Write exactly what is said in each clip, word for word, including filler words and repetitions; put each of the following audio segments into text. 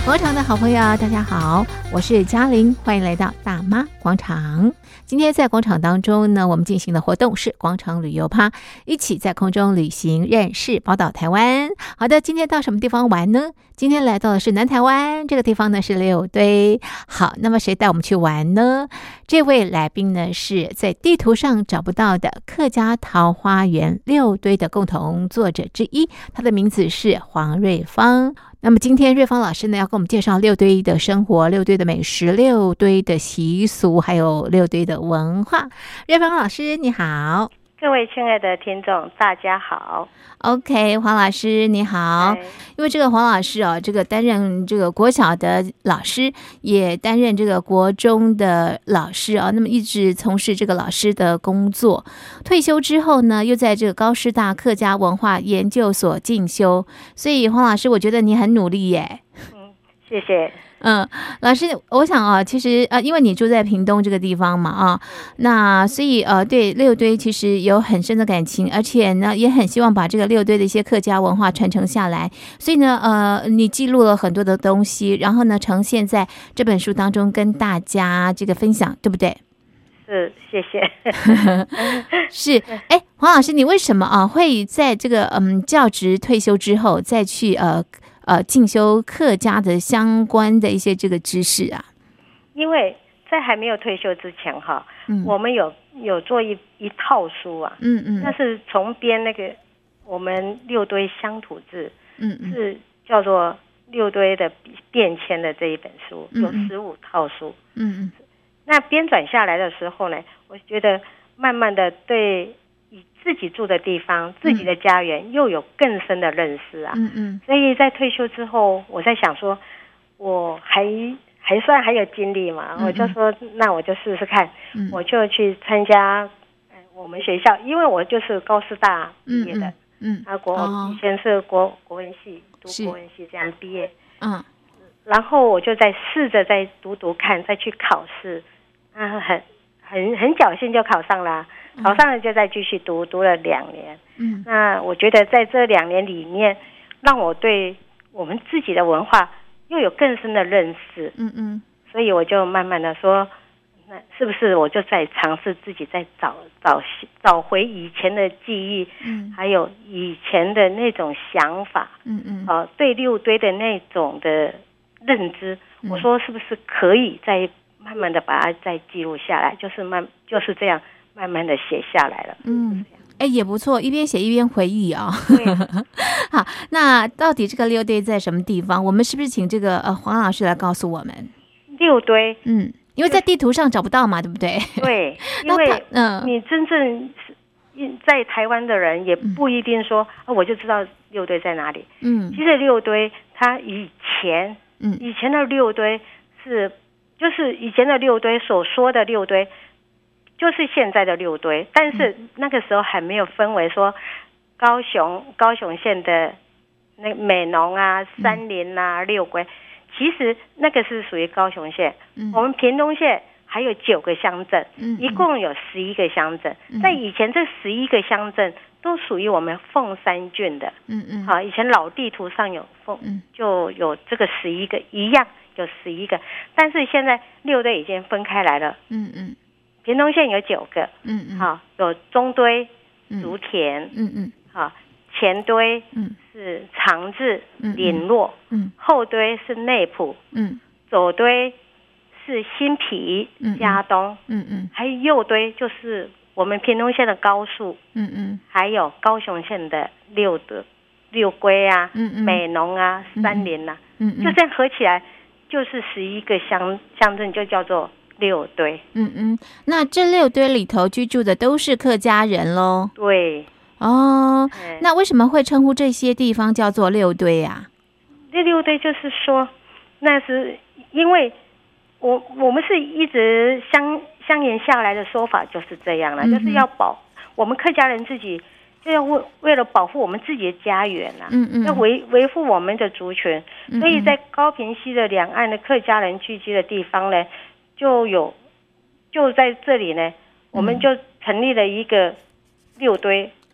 广场的好朋友，大家好，我是嘉玲，欢迎来到大妈广场。今天在广场当中呢，我们进行的活动是广场旅游趴，一起在空中旅行，认识宝岛台湾。好的，今天到什么地方玩呢？今天来到的是南台湾，这个地方呢是六堆。好，那么谁带我们去玩呢？这位来宾呢是在地图上找不到的客家桃花源六堆的共同作者之一，他的名字是黄瑞芳。那么今天瑞芳老师呢要跟我们介绍六堆的生活、六堆的美食、六堆的习俗，还有六堆的文化。瑞芳老师你好。 各位亲爱的听众大家好。 OK， 黄老师你好。因为这个黄老师哦，这个担任这个国小的老师，也担任这个国中的老师啊，那么一直从事这个老师的工作。退休之后呢，又在这个高师大客家文化研究所进修，所以黄老师我觉得你很努力耶。 嗯，谢谢。 嗯，老师，我想啊，其实呃，因为你住在屏东这个地方嘛，啊，那所以呃，对六堆其实有很深的感情，而且呢，也很希望把这个六堆的一些客家文化传承下来。所以呢，呃，你记录了很多的东西，然后呢，呈现在这本书当中跟大家这个分享，对不对？ 是，谢谢。 是，哎，黄老师，你为什么啊会在这个嗯教职退休之后再去呃？呃，进修客家的相关的一些这个知识啊？ 因为在还没有退休之前哈，嗯、我们有有做一一套书啊，嗯嗯，那是重编那个我们六堆乡土志，嗯嗯，是叫做六堆的变迁的这一本书，有十五套书，嗯嗯，那编转下来的时候呢，我觉得慢慢的对自己住的地方、自己的家园又有更深的认识啊。嗯嗯。所以在退休之后，我在想说，我还还算还有精力嘛，嗯嗯，我就说那我就试试看，嗯、我就去参加、呃、我们学校，因为我就是高师大毕业的，嗯，嗯啊国、哦、以前是国国文系读国文系这样毕业，嗯，然后我就再试着再读读看，再去考试，啊，很很很侥幸就考上了。考上了就再继续读，读了两年。嗯，那我觉得在这两年里面，让我对我们自己的文化又有更深的认识。嗯嗯，所以我就慢慢的说，那是不是我就在尝试自己再找找找回以前的记忆，嗯，还有以前的那种想法，嗯嗯，呃，对六堆的那种的认知，嗯、我说是不是可以再慢慢的把它再记录下来，就是慢就是这样。慢慢的写下来了，嗯， 哎，也不错，一边写一边回忆啊、哦。好，那到底这个六堆在什么地方？我们是不是请这个呃黄老师来告诉我们？ 六堆， 嗯，因为在地图上找不到嘛，对不对？ 对，因为嗯，你真正在台湾的人也不一定说、嗯、啊，我就知道六堆在哪里。嗯，其实六堆它以前，嗯，以前的六堆是就是以前的六堆所说的六堆。就是现在的六堆，但是那个时候还没有分为说高雄高雄县的那美浓啊、三林啊、六龟，其实那个是属于高雄县。嗯、我们屏东县还有九个乡镇，嗯、一共有十一个乡镇。嗯、在以前这十一个乡镇都属于我们凤山郡的。嗯嗯，好，以前老地图上有凤，就有这个十一个一样有十一个，但是现在六堆已经分开来了。嗯嗯。屏东县有九个，嗯嗯，好，有中堆、竹田，嗯嗯，好，前堆是长治、岭落，嗯，后堆是内埔，嗯，左堆是新皮、嘉东，嗯嗯，还有右堆就是我们屏东县的高树，嗯嗯，还有高雄县的六的六龟啊，嗯嗯，美浓啊，三林啊，嗯嗯，就这样合起来就是十一个乡乡镇，就叫做。六堆， 嗯嗯，那这六堆里头居住的都是客家人咯。 对， 哦，嗯、那为什么会称呼这些地方叫做六堆啊？ 这六堆就是说，那是因为我我们是一直相相沿下来的说法就是这样了，嗯、就是要保我们客家人自己就要为为了保护我们自己的家园啊，嗯嗯，要维维护我们的族群，嗯嗯，所以在高屏溪的两岸的客家人聚居的地方呢。就有，就在这里呢，我们就成立了一个六堆，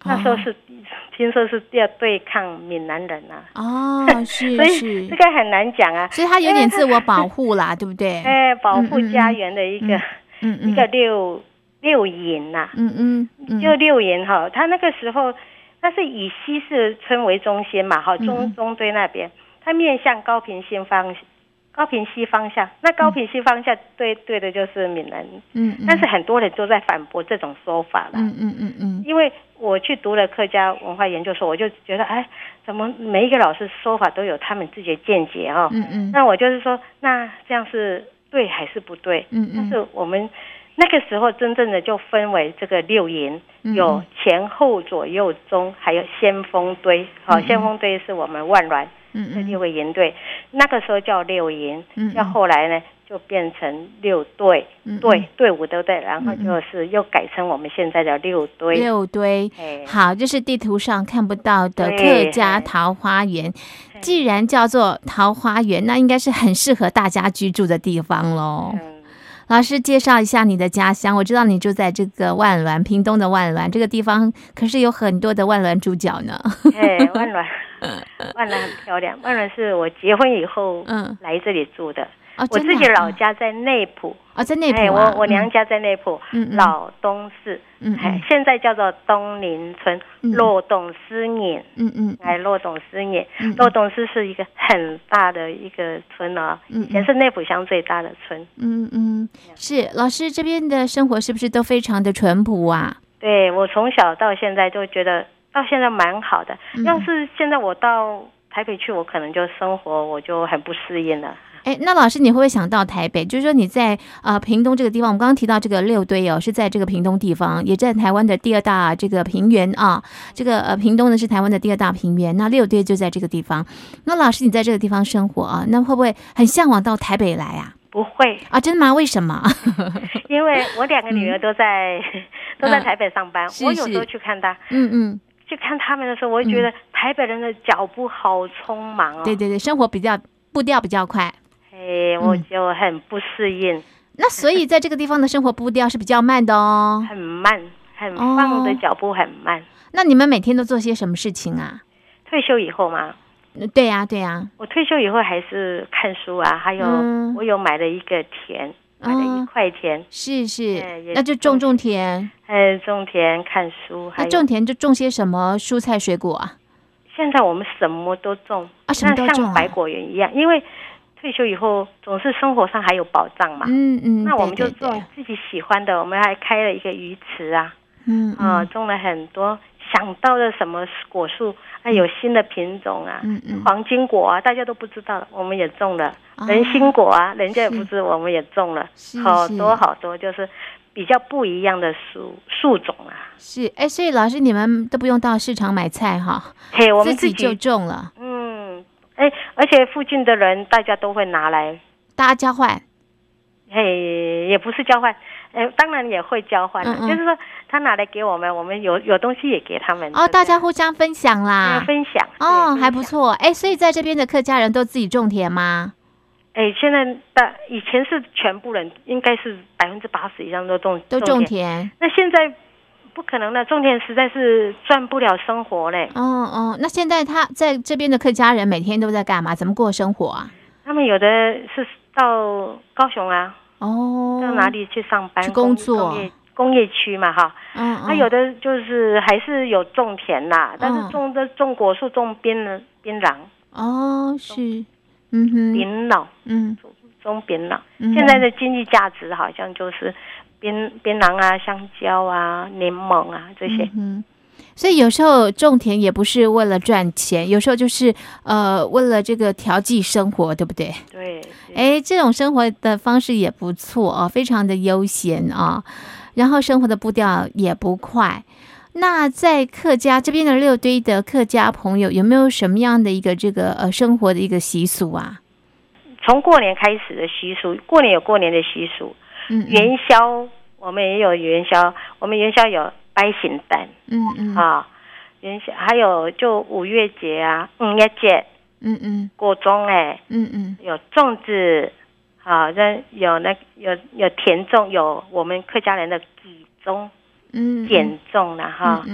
那时候是、哦、听说是要对抗闽南人啊。 哦，是所是， 以这个很难讲啊。 所以他有点自我保护啦，对不对？ 哎，保护家园的一个，嗯嗯、一个六六营呐、啊。嗯嗯，嗯就六营哈，他那个时候他是以西市村为中心嘛，哈，中中堆那边，他面向高屏西方。高屏西方向，那高屏西方向对对的就是闽南，嗯，但是很多人都在反驳这种说法啦，嗯嗯嗯嗯，因为我去读了客家文化研究所，我就觉得，哎，怎么每一个老师说法都有他们自己的见解哦，嗯嗯，那我就是说，那这样是对还是不对？嗯嗯，但是我们那个时候真正的就分为这个六营，有前后左右中，还有先锋堆，好、哦，先锋堆是我们万峦。嗯，这六个营队，那个时候叫六营，嗯，要后来呢就变成六队，嗯，队队伍都对，然后就是又改成我们现在的六堆。 六堆，好，这是地图上看不到的客家桃花源。既然叫做桃花源，那应该是很适合大家居住的地方喽。嗯，老师介绍一下你的家乡，我知道你住在这个万峦，屏东的万峦这个地方，可是有很多的万峦猪脚呢。 哎，万峦。万峦很漂亮，万峦是我结婚以后来这里住的。嗯哦、我自己老家在内埔啊、哦，在内埔、啊哎、我我娘家在内埔、嗯、老东市，嗯嗯，现在叫做东宁村，洛东司眼，嗯嗯，哎，洛东司眼，洛东司是一个很大的一个村哦，嗯，以前是内埔乡最大的村， 嗯嗯，是老师这边的生活是不是都非常的淳朴啊？ 对，我从小到现在都觉得到现在蛮好的，嗯、要是现在我到台北去，我可能就生活我就很不适应了。 哎，那老师你会不会想到台北？就是说你在呃屏东这个地方，我们刚刚提到这个六堆哦，是在这个屏东地方，也在台湾的第二大这个平原啊。这个呃屏东呢是台湾的第二大平原，那六堆就在这个地方。那老师你在这个地方生活啊，那会不会很向往到台北来啊？ 不会啊，真的吗？为什么？ 因为我两个女儿都在、嗯、都在台北上班，嗯、我有时候去看她，嗯嗯。去看他们的时候，我会觉得台北人的脚步好匆忙哦。 对对对，生活比较步调比较快。 哎，我就很不适应、嗯。 那所以在这个地方的生活步调是比较慢的哦。 很慢，很放的脚步很慢、哦。 那你们每天都做些什么事情啊？ 退休以后吗？ 对呀、啊，对呀、啊。 我退休以后还是看书啊，还有、嗯、我有买了一个田。买了一块田、哦、 是是、嗯、那就种种田， 哎，种田看书。 那种田就种些什么蔬菜水果啊？ 现在我们什么都种啊，什么都种、啊、 像百果园一样，因为退休以后总是生活上还有保障嘛。嗯嗯，那我们就种自己喜欢的，对对对，我们还开了一个鱼池啊，嗯啊、呃，种了很多。想到的什么果树啊，有新的品种啊，嗯嗯，黄金果啊，大家都不知道，我们也种了。哦、人参果啊，人家也不知，我们也种了，好多好多，就是比较不一样的树树种啊。 是，哎，所以老师你们都不用到市场买菜哈， 嘿，我们自己就种了。 嗯，哎，而且附近的人大家都会拿来， 大家交换。 嘿，也不是交换，呃，当然也会交换的，嗯嗯，就是说他拿来给我们，我们有有东西也给他们。 哦，大家互相分享啦， 分享。 哦，还不错。哎，所以在这边的客家人都自己种田吗？ 哎，现在的以前是全部人，应该是百分之八十以上都种都种田。 那现在不可能了，种田实在是赚不了生活嘞。 哦哦，那现在他在这边的客家人每天都在干嘛？怎么过生活啊？ 他们有的是到高雄啊，哦，到哪里去上班？ 去工作。 工业工业区嘛，哈，嗯，他、嗯啊、有的就是还是有种田啦，嗯、但是种的种果树、种槟槟榔。 哦，是，嗯哼， 槟榔，嗯，种槟榔、嗯。现在的经济价值好像就是槟槟榔啊、香蕉啊、柠檬啊这些。 嗯，所以有时候种田也不是为了赚钱，有时候就是呃为了这个调剂生活，对不对？ 对。 哎，这种生活的方式也不错啊，非常的悠闲啊。然后生活的步调也不快。那在客家这边的六堆的客家朋友，有没有什么样的一个这个呃生活的一个习俗啊？ 从过年开始的习俗，过年有过年的习俗，嗯，元宵我们也有元宵，我们元宵有摆神蛋，嗯嗯，啊，元宵还有就五月节啊，五月节，嗯嗯，过钟哎，嗯嗯，有粽子。啊，那有那有有田粽，有我们客家人的饴粽，嗯，碱粽啦哈，嗯，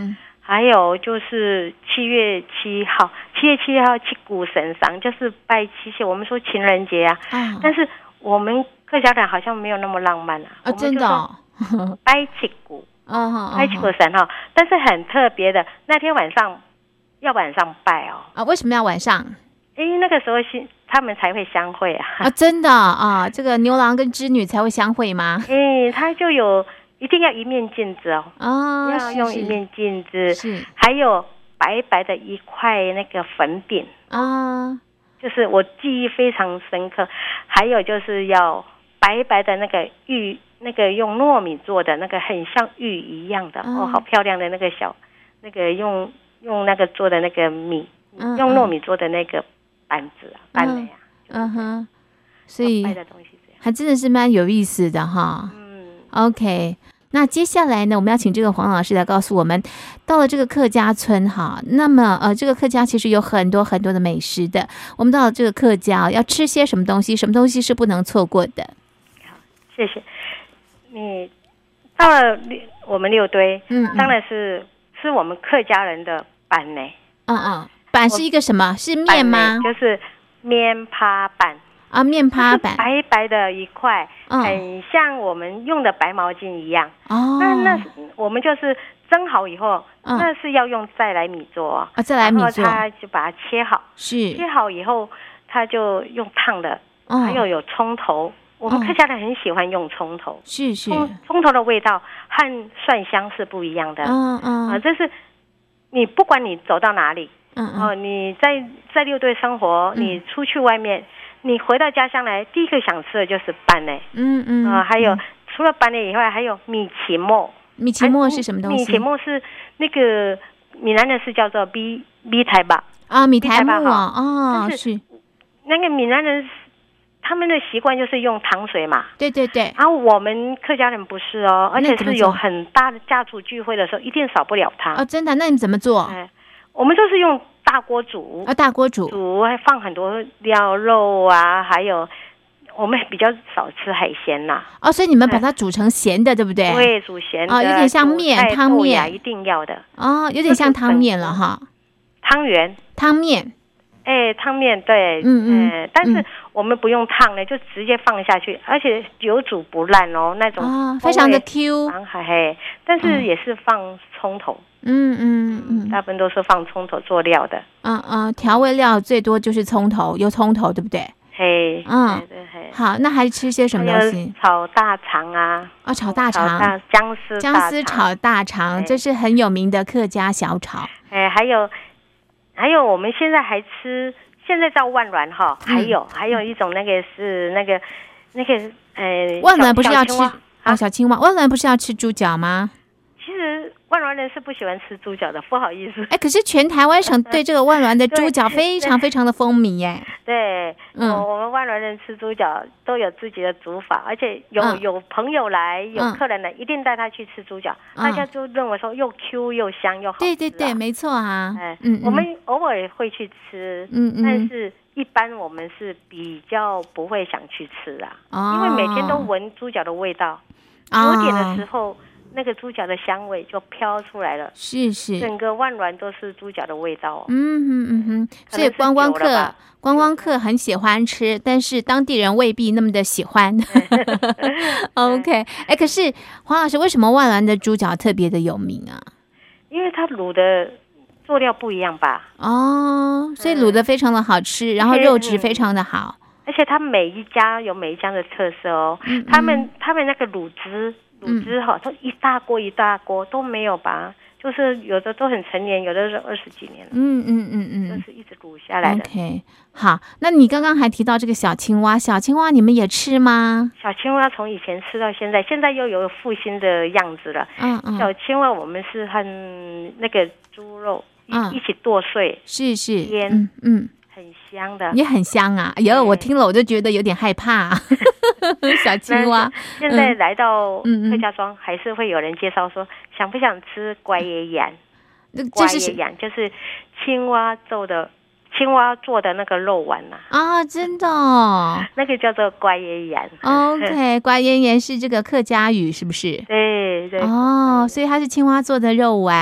还有就是七月七号，七月七号七股神丧，就是拜七夕，我们说情人节啊。啊但是我们客家人好像没有那么浪漫啊。 啊，真的、哦。 拜七股， 哦， 拜七股神哈，但是很特别的，那天晚上要晚上拜哦。 啊，为什么要晚上？ 因为那个时候是他们才会相会啊。 啊，真的啊，这个牛郎跟织女才会相会吗？ 嗯，他就有。一定要一面镜子哦， 哦， 要用一面镜子， 是， 还有白白的一块那个粉饼啊， 就是我记忆非常深刻。还有就是要白白的那个玉，那个用糯米做的那个很像玉一样的、嗯、哦，好漂亮的那个小，那个用用那个做的那个米，嗯、用糯米做的那个板子啊，板的呀， 嗯哼，所以白的东西这样还真的是蛮有意思的哈。嗯 ，OK。那接下来呢，我们要请这个黄老师来告诉我们，到了这个客家村哈，那么呃，这个客家其实有很多很多的美食的。我们到了这个客家要吃些什么东西，什么东西是不能错过的？ 好，谢谢。你到了我们六堆，嗯，当然是吃我们客家人的板呢。 嗯嗯，板是一个什么？是面吗？ 就是面趴板。 啊，面趴板， 白白的一块、嗯，很像我们用的白毛巾一样。 哦， 那那我们就是蒸好以后，嗯、那是要用再来米做啊， 再来米做， 然后他就把它切好， 是切好以后，他就用烫的，嗯、还有有葱头。我们客家人很喜欢用葱头， 是是， 葱头的味道和蒜香是不一样的。 嗯嗯， 啊，这是你不管你走到哪里， 嗯嗯， 哦，你在在六队生活，嗯、你出去外面。你回到家乡来，第一个想吃的就是板呢。 嗯嗯。 啊、呃，还有、嗯、除了板呢以外，还有米奇末。 米奇末是什么东西？ 米奇末是那个闽南人是叫做米米台吧？ 啊，米台末啊，哦， 是。那个闽南人他们的习惯就是用糖水嘛。 对对对。 然后我们客家人不是哦，而且是有很大的家族聚会的时候，一定少不了汤。 哦，真的？那你怎么做？ 哎，我们就是用。大锅煮啊，大锅煮煮还放很多料肉啊，还有我们比较少吃海鲜呐、 啊。哦，所以你们把它煮成咸的，对不对？ 对，煮咸的， 哦，有点像面汤面， 一定要的。 哦，有点像汤面了哈。 汤圆， 汤面， 哎，汤面对，嗯嗯、呃，但是我们不用烫呢，就直接放下去，而且久煮不烂哦，那种啊、哦，非常的 Q， 嘿嘿，但是也是放葱头。 嗯嗯嗯， 大部分都是放葱头做料的。 嗯嗯，调味料最多就是葱头，有葱头，对不对？ 嘿， 嗯， 对对嘿。 好，那还吃些什么东西？ 炒大肠啊， 哦，炒大肠， 姜丝姜丝炒大肠，这是很有名的客家小炒。 哎，还有还有，我们现在还吃，现在叫万峦哈，还有、嗯、还有一种那个是那个那个呃， 万峦不是要吃啊？小青蛙，万峦不是要吃猪脚吗？ 其实万峦人是不喜欢吃猪脚的，不好意思。 哎，可是全台湾省对这个万峦的猪脚非常非常的风靡耶。 对，嗯，我们万峦人吃猪脚都有自己的煮法，而且有、嗯、有朋友来，有客人来，嗯、一定带他去吃猪脚，嗯、大家就认为说又 Q 又香又好吃、啊。 对对对，没错啊。 哎，嗯，我们偶尔会去吃，嗯嗯，但是一般我们是比较不会想去吃啊，哦、因为每天都闻猪脚的味道，九、哦、点的时候。那个猪脚的香味就飘出来了， 是是， 整个万峦都是猪脚的味道哦。 嗯哼嗯哼，所以观光客观光客很喜欢吃，但是当地人未必那么的喜欢。OK， 哎，可是黄老师，为什么万峦的猪脚特别的有名啊？ 因为它卤的做料不一样吧？ 哦，所以卤的非常的好吃，嗯、然后肉质非常的好， 而且它每一家有每一家的特色哦。嗯、他们他们那个卤汁。卤汁哈，都一大锅一大锅都没有吧，就是有的都很陈年，有的是二十几年了。 嗯嗯嗯嗯， 就是一直卤下来的。 OK， 好，那你刚刚还提到这个小青蛙，小青蛙你们也吃吗？ 小青蛙从以前吃到现在，现在又有复兴的样子了。嗯嗯，小青蛙我们是和那个猪肉一、嗯、一起剁碎， 是是腌， 嗯嗯。 很香的， 也很香啊！哎呦，我听了我就觉得有点害怕、啊。小青蛙， 现在来到客家庄，嗯、还是会有人介绍说，想不想吃乖爷羊？乖爷羊就是青蛙做的，青蛙做的那个肉丸呐、 啊。啊，真的、哦， 那个叫做乖爷羊。 OK， 乖爷羊是这个客家语，是不是？ 对对。 哦，所以它是青蛙做的肉丸。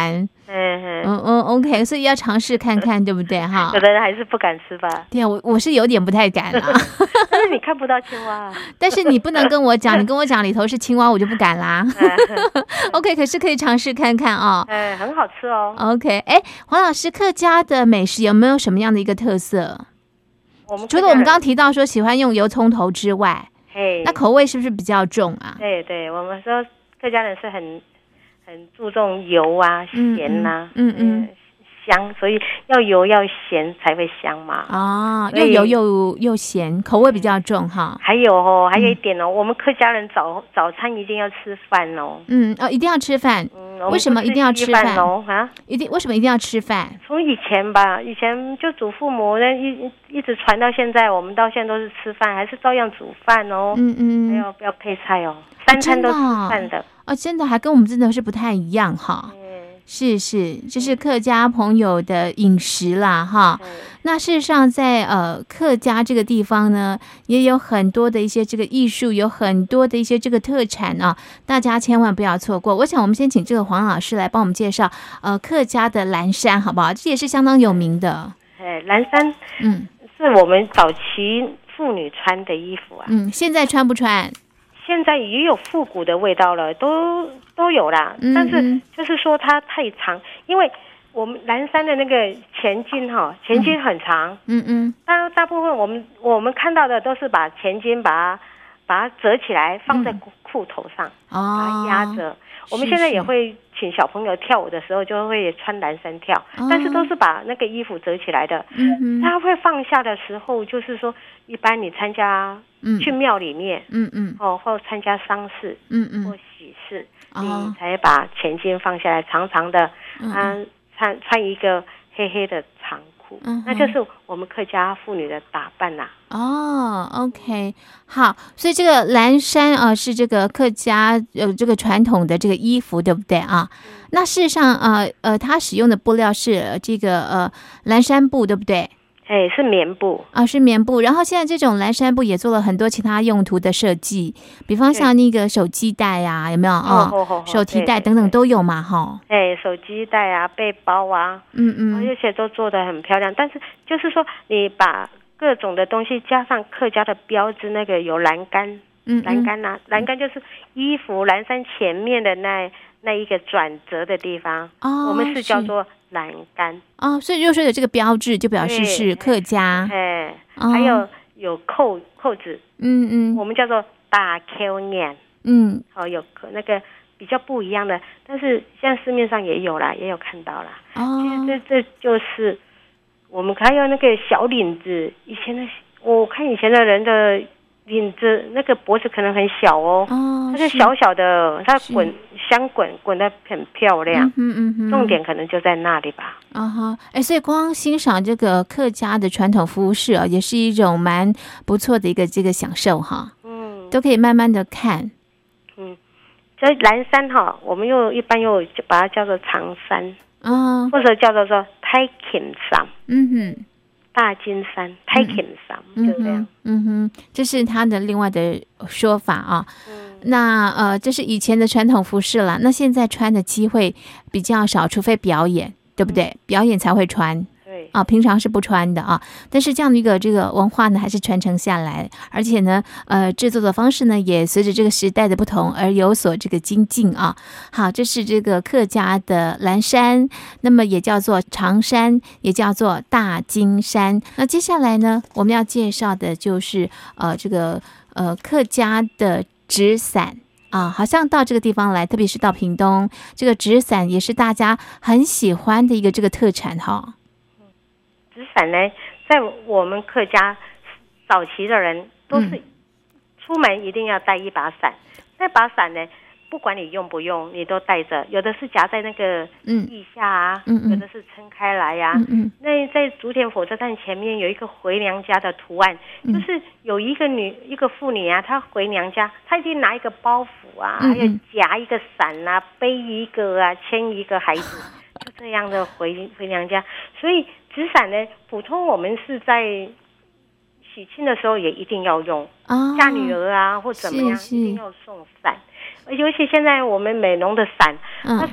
嗯嗯嗯 ，OK， 所以要尝试看看，对不对哈？ 有的人还是不敢吃吧？ 对啊，我我是有点不太敢啦。 但是你看不到青蛙， 但是你不能跟我讲，你跟我讲里头是青蛙，我就不敢啦。OK， 可是可以尝试看看哦。 嗯，很好吃哦。 OK， 哎，黄老师，客家的美食有没有什么样的一个特色？ 我们除了我们刚刚提到说喜欢用油葱头之外， 嘿， 那口味是不是比较重啊？ 对对，我们说客家人是很很注重油啊、咸呐、啊， 嗯 嗯, 嗯, 嗯香，所以要油要咸才会香嘛。 哦，又油又又咸，口味比较重哈。 还有哦，还有一点哦，嗯、我们客家人早早餐一定要吃饭哦。 嗯哦，一定要吃饭。嗯，为什么一定要吃饭哦？啊， 一定为什么一定要吃饭？ 从以前吧，以前就祖父母那一一直传到现在，我们到现在都是吃饭，还是照样煮饭哦。嗯嗯，还要不要配菜哦？三餐都吃饭的。哦， 哦真的还跟我们真的是不太一样哈。是是，这是客家朋友的饮食啦哈。那事实上在呃客家这个地方呢，也有很多的一些这个艺术，有很多的一些这个特产啊，大家千万不要错过。我想我们先请这个黄老师来帮我们介绍呃客家的蓝衫好不好？这也是相当有名的。 哎，蓝衫，嗯，是我们早期妇女穿的衣服啊。 嗯，现在穿不穿？ 现在也有复古的味道了，都都有啦。嗯、但是就是说它太长，因为我们蓝衫的那个前襟哈，前襟很长。嗯嗯。大大部分我们我们看到的都是把前襟把它把它折起来放在裤头上，哦、把它压着。我们现在也会请小朋友跳舞的时候就会穿蓝衫跳，哦、但是都是把那个衣服折起来的。嗯他会放下的时候，就是说一般你参加。嗯，去庙里面，嗯嗯，哦，或参加丧事，嗯嗯，或喜事，哦、你才把前襟放下来，长长的，嗯，嗯穿穿一个黑黑的长裤，嗯，那就是我们客家妇女的打扮啦、 啊。哦 ，OK， 好，所以这个蓝衫啊是这个客家呃这个传统的这个衣服，对不对啊？嗯、那事实上呃呃，它使用的布料是这个呃蓝衫布，对不对？ 哎，是棉布啊，是棉布。然后现在这种蓝衫布也做了很多其他用途的设计，比方像那个手机袋啊，有没有啊？哦哦、手提袋等等都有嘛，哈。 哎，手机袋啊，背包啊，嗯嗯，这些都做得很漂亮。但是就是说，你把各种的东西加上客家的标志，那个有栏杆，嗯，栏杆啊，栏杆就是衣服蓝衫前面的那那一个转折的地方，哦，我们是叫做。栏杆哦，所以就是有这个标志，就表示是客家。 哎，哦、还有有扣扣子，嗯嗯，我们叫做大 Q 眼，嗯，哦，有那个比较不一样的，但是现在市面上也有啦，也有看到啦。哦，其实这这就是我们还有那个小领子，以前的我看以前的人的领子，那个脖子可能很小哦，哦，它是小小的，它滚香滚滚得很漂亮，嗯嗯嗯，重点可能就在那里吧。 啊哈，哎，所以光欣赏这个客家的传统服饰啊，也是一种蛮不错的一个这个享受哈。嗯，都可以慢慢的看。 嗯，这蓝衫哈，我们又一般又把它叫做长衫，啊，或者叫做说太襟衫。嗯哼。大金衫、太襟衫，就这样。 嗯哼，这是他的另外的说法啊。嗯，那呃，这是以前的传统服饰了。那现在穿的机会比较少，除非表演，对不对？嗯、表演才会穿。对啊，平常是不穿的啊。但是这样的一个这个文化呢，还是传承下来，而且呢，呃，制作的方式呢，也随着这个时代的不同而有所这个精进啊。好，这是这个客家的蓝衫，那么也叫做长衫，也叫做大金衫。那接下来呢，我们要介绍的就是呃这个呃客家的纸伞。啊，好像到这个地方来，特别是到屏东，这个纸伞也是大家很喜欢的一个这个特产哈。 纸伞呢，在我们客家早期的人都是出门一定要带一把伞，嗯、那把伞呢，不管你用不用，你都带着。有的是夹在那个腋下啊，嗯嗯、有的是撑开来呀、啊。嗯嗯、那在竹田火车站前面有一个回娘家的图案，嗯、就是有一个女一个妇女啊，她回娘家，她一定拿一个包袱啊，嗯嗯、还有夹一个伞啊，背一个啊，牵一个孩子，就这样的回回娘家。所以纸伞呢，普通我们是在喜庆的时候也一定要用，哦、嫁女儿啊或怎么样，一定要送伞。尤其现在我们美浓的伞，嗯、它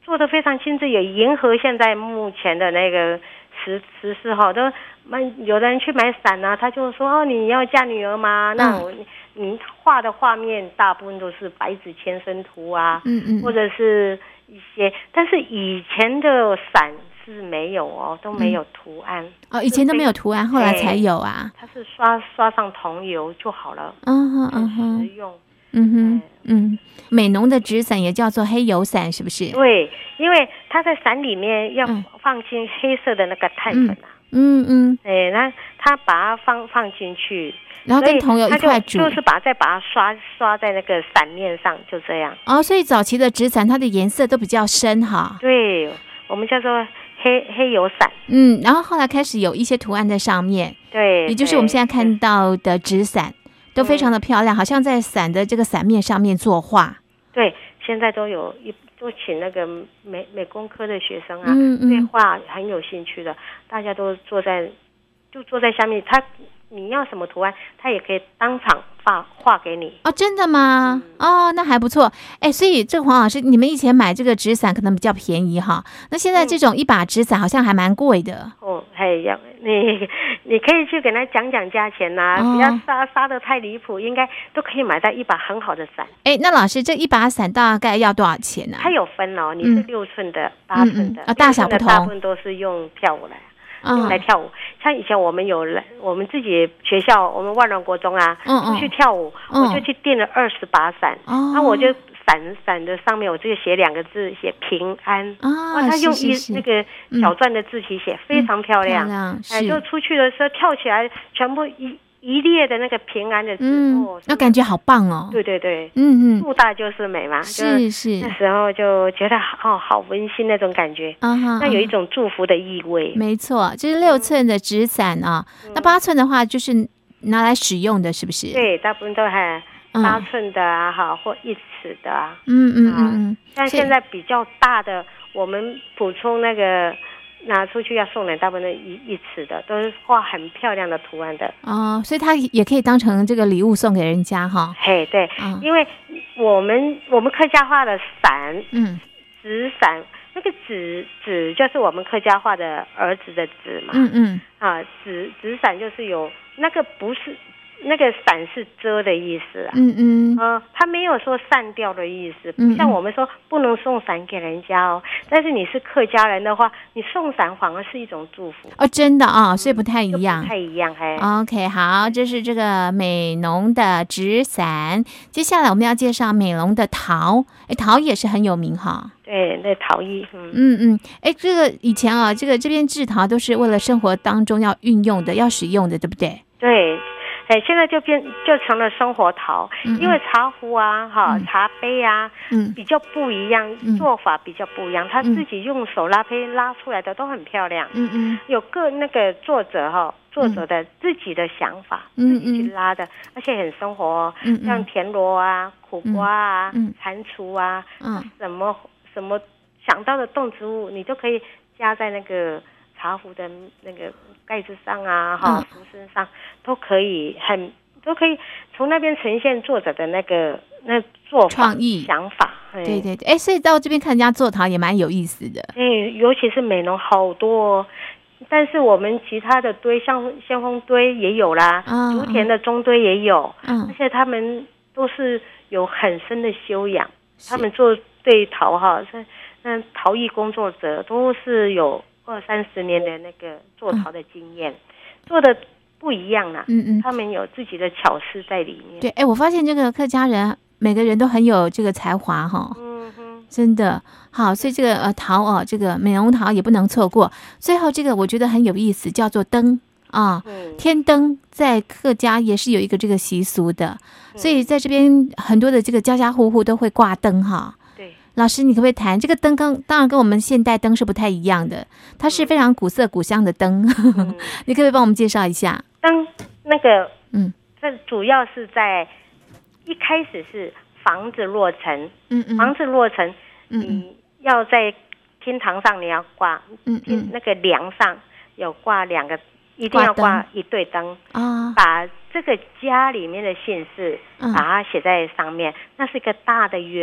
做的非常精致，也迎合现在目前的那个时时事哈，都买有的人去买伞啊，他就说哦，你要嫁女儿吗？那我、嗯、你画的画面大部分都是白纸千声图啊，嗯嗯，或者是一些，但是以前的伞是没有哦，都没有图案、嗯、 哦，以前都没有图案，后来才有啊。 它是刷刷上桐油就好了， 嗯哼嗯哼， 很实用。 嗯哼嗯，美浓的纸伞也叫做黑油伞，是不是？ 对，因为它在伞里面要放进黑色的那个碳粉啊。 嗯嗯， 哎、嗯，那它把它放放进去， 然后跟桐油一块煮， 就就是把再把它刷刷在那个伞面上，就这样。 哦，所以早期的纸伞它的颜色都比较深哈。 对，我们叫做黑黑油伞。 嗯，然后后来开始有一些图案在上面。 对， 也就是我们现在看到的纸伞。都非常的漂亮，好像在伞的这个伞面上面作画。 对，现在都有一都请那个美美工科的学生啊，嗯嗯对画很有兴趣的，大家都坐在就坐在下面，他你要什么图案，他也可以当场画画给你。 哦，真的吗？嗯、哦，那还不错。哎，所以这个黄老师，你们以前买这个纸伞可能比较便宜哈，那现在这种一把纸伞好像还蛮贵的。 嗯、哦，嘿，要你你可以去跟他讲讲价钱呐、啊，哦、不要杀杀得太离谱，应该都可以买到一把很好的伞。 哎，那老师这一把伞大概要多少钱呢、啊？ 它有分哦，你是六寸的、八寸的， 啊、嗯嗯哦，大小不同， 大部分都是用跳舞来。用来跳舞，像以前我们有我们自己学校，我们万峦国中啊，嗯嗯，去跳舞，嗯、我就去订了二十把伞，然后我就伞伞的上面我就写两个字，写平安，啊，他用一那个小篆的字体写，嗯、非常漂亮，哎、嗯，就出去的时候跳起来，全部一。一列的那个平安的字， 嗯， 哦， 那感觉好棒哦。 对对对， 嗯嗯， 树大就是美嘛， 是是。 那时候就觉得哦，好温馨那种感觉，啊哈，那有一种祝福的意味。 没错，这是六寸的纸伞啊，嗯、那八寸的话就是拿来使用的，是不是？ 对，大部分都还八寸的啊，哈、嗯，或一尺的啊。 嗯嗯嗯嗯。 像现在比较大的，我们补充那个。拿出去要送人，大部分都一一尺的，都是画很漂亮的图案的哦，所以它也可以当成这个礼物送给人家哈。 嘿，对，哦、因为我们我们客家话的伞，嗯，纸伞，那个纸纸就是我们客家话的儿子的纸嘛，嗯嗯，啊，纸纸伞就是有那个不是。那个伞是遮的意思啊，嗯嗯，呃，他没有说散掉的意思，不像我们说不能送伞给人家哦，但是你是客家人的话，你送伞反而是一种祝福哦，真的啊、哦，所以不太一样， 嗯、不太一样，嘿。 OK， 好，这是这个美浓的纸伞，接下来我们要介绍美浓的陶，哎，陶也是很有名哈。 对，那陶艺，嗯嗯嗯，哎，这个以前啊，这个这边制陶都是为了生活当中要运用的，要使用的，对不对？ 对。哎，现在就变就成了生活陶，嗯、因为茶壶啊，哈、嗯，茶杯啊，嗯，比较不一样，嗯、做法比较不一样。他自己用手拉胚拉出来的都很漂亮，嗯嗯，有个那个作者哈，作者的自己的想法，嗯、自己去拉的，而且很生活哦，嗯、像田螺啊、苦瓜啊、嗯、蟾蜍啊，嗯，什么什么想到的动植物，你都可以加在那个茶壶的那个盖子上啊，哈，壶身上都可以很都可以从那边呈现作者的那个那做法创意想法。 对对对，哎，所以到这边看人家做陶也蛮有意思的。 哎，尤其是美浓好多、哦，但是我们其他的堆，像先锋堆也有啦，竹、嗯、田的中堆也有，嗯，而且他们都是有很深的修养，他们做对陶哈，那陶艺工作者都是有二三十年的那个做陶的经验，嗯、做的不一样啦。嗯嗯，他们有自己的巧思在里面。 对，哎，我发现这个客家人每个人都很有这个才华哈。嗯哼，真的好，所以这个呃陶哦，这个美浓陶也不能错过。最后这个我觉得很有意思，叫做灯啊，嗯、天灯在客家也是有一个这个习俗的，嗯、所以在这边很多的这个家家户户都会挂灯哈。老师，你可不可以谈这个灯跟当然跟我们现代灯是不太一样的，它是非常古色古香的灯，嗯、你可不可以帮我们介绍一下？ 灯那个，嗯，这主要是在一开始是房子落成，嗯嗯，房子落成，嗯嗯，你要在厅堂上你要挂，嗯嗯，那个梁上有挂两个，一定要挂一对灯啊，把这个家里面的姓氏把它写在上面，嗯、那是一个大的圆。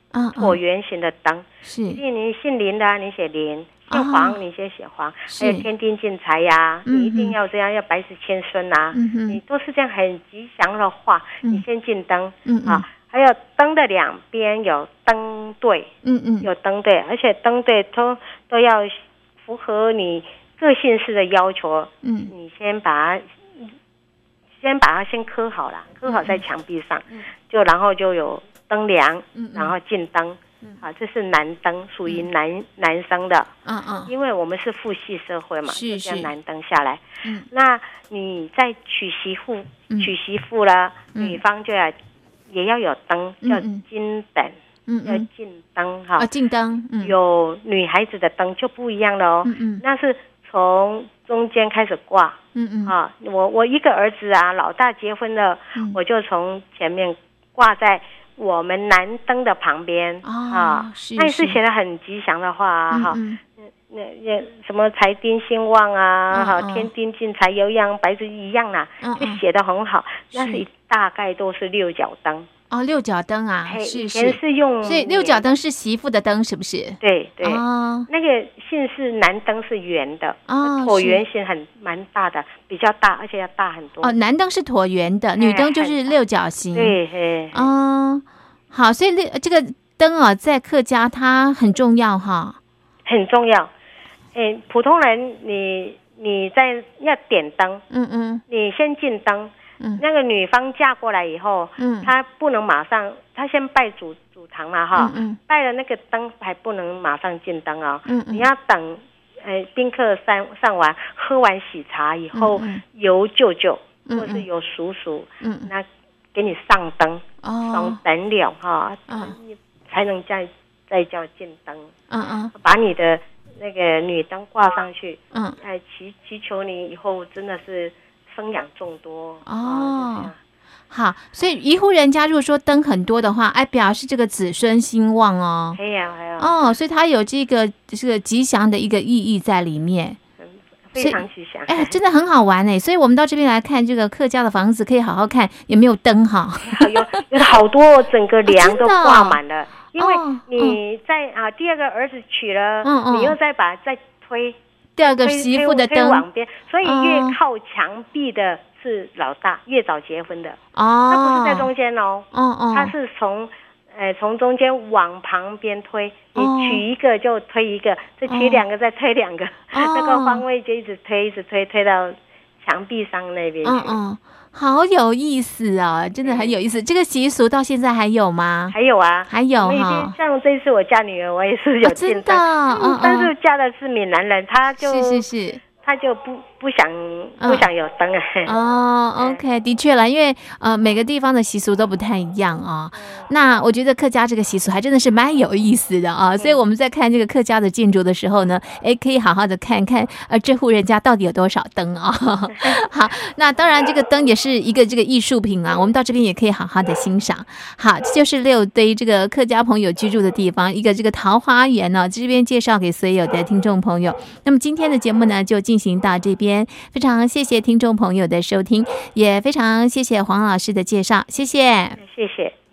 啊，椭圆形的灯。 是， 你姓林的、啊，你写林；姓黄，哦、你写写黄。还有天丁进财呀，嗯、你一定要这样，要百子千孙啊，嗯、你都是这样很吉祥的话，嗯、你先进灯，嗯嗯、啊。还有灯的两边有灯对，嗯嗯，有灯对，而且灯对都都要符合你各姓氏的要求。嗯，你先把它，先把它先刻好了，刻好在墙壁上，嗯、就然后就有灯梁，嗯、然后进灯。嗯、啊，这是男灯，属于男、嗯、男生的。嗯嗯，因为我们是父系社会嘛，是是，男灯下来。嗯，那你在娶媳妇，嗯、娶媳妇了，嗯、女方就要。也要有灯，叫金灯，嗯嗯，要进灯哈。啊， 进灯，嗯， 有女孩子的灯就不一样了哦。嗯嗯，那是从中间开始挂。嗯嗯，啊，我我一个儿子啊，老大结婚了，嗯、我就从前面挂在我们男灯的旁边。哦，啊，是是，那也是写的很吉祥的话啊，哈、嗯嗯，那那什么财丁兴旺啊，哈、嗯嗯，天丁进财有样，白子一样啦、啊，嗯嗯，就写的很好，那是大概都是六角灯。 哦，六角灯啊，是以前是用， 所以六角灯是媳妇的灯，是不是？ 对对，哦，那个姓氏男灯是圆的，哦，椭圆形很蛮大的，比较大，而且要大很多。 哦，男灯是椭圆的，女灯就是六角形。 对，嘿， 哦，好，所以这个灯啊，在客家它很重要哈， 很重要。诶，普通人你你在要点灯，嗯嗯，你先进灯。嗯，那个女方嫁过来以后，嗯，她不能马上，她先拜主主堂嘛，哈，嗯嗯，拜了那个灯还不能马上进灯啊、哦，嗯嗯，你要等，呃，宾客上上完喝完喜茶以后，嗯嗯，由舅舅或是由叔叔，嗯，那给你上灯，哦，上灯了哈，嗯，才能再再叫进灯，嗯嗯，把你的那个女灯挂上去，嗯，哎，祈祈求你以后真的是。生养众多哦， 啊、好，所以一户人家如果说灯很多的话，哎，表示这个子孙兴旺哦。 哎呀，哎呀， 哦，所以它有这个这个吉祥的一个意义在里面， 非常吉祥。 哎，真的很好玩哎，所以我们到这边来看这个客家的房子，可以好好看有没有灯哈。 有有好多，整个梁都挂满了，哦、因为你在、嗯、啊第二个儿子娶了，嗯嗯，你又再把再推。 第二个媳妇的灯往边，所以越靠墙壁的是老大，哦、越早结婚的哦，它不是在中间哦，哦哦，它是从呃从中间往旁边推，你取一个就推一个，再取两个再推两个，哦、那个方位就一直推一直推推到墙壁上那边去。嗯嗯， 好有意思哦，真的很有意思。这个习俗到现在还有吗？ 还有啊， 还有哈。 像这次我嫁女儿，我也是有进灯， 哦嗯、但是嫁的是闽南人，他就是是是。 他就不不想不想有灯啊。 哦 ，OK， 的确啦，因为呃每个地方的习俗都不太一样啊。嗯、那我觉得客家这个习俗还真的是蛮有意思的啊。嗯、所以我们在看这个客家的建筑的时候呢，哎，可以好好的看看呃这户人家到底有多少灯啊。好，那当然这个灯也是一个这个艺术品啊，我们到这边也可以好好的欣赏。好，这就是六堆这个客家朋友居住的地方，一个这个桃花源呢、啊，这边介绍给所有的听众朋友。那么今天的节目呢，就进行到这边，非常谢谢听众朋友的收听，也非常谢谢黄老师的介绍，谢谢， 谢谢。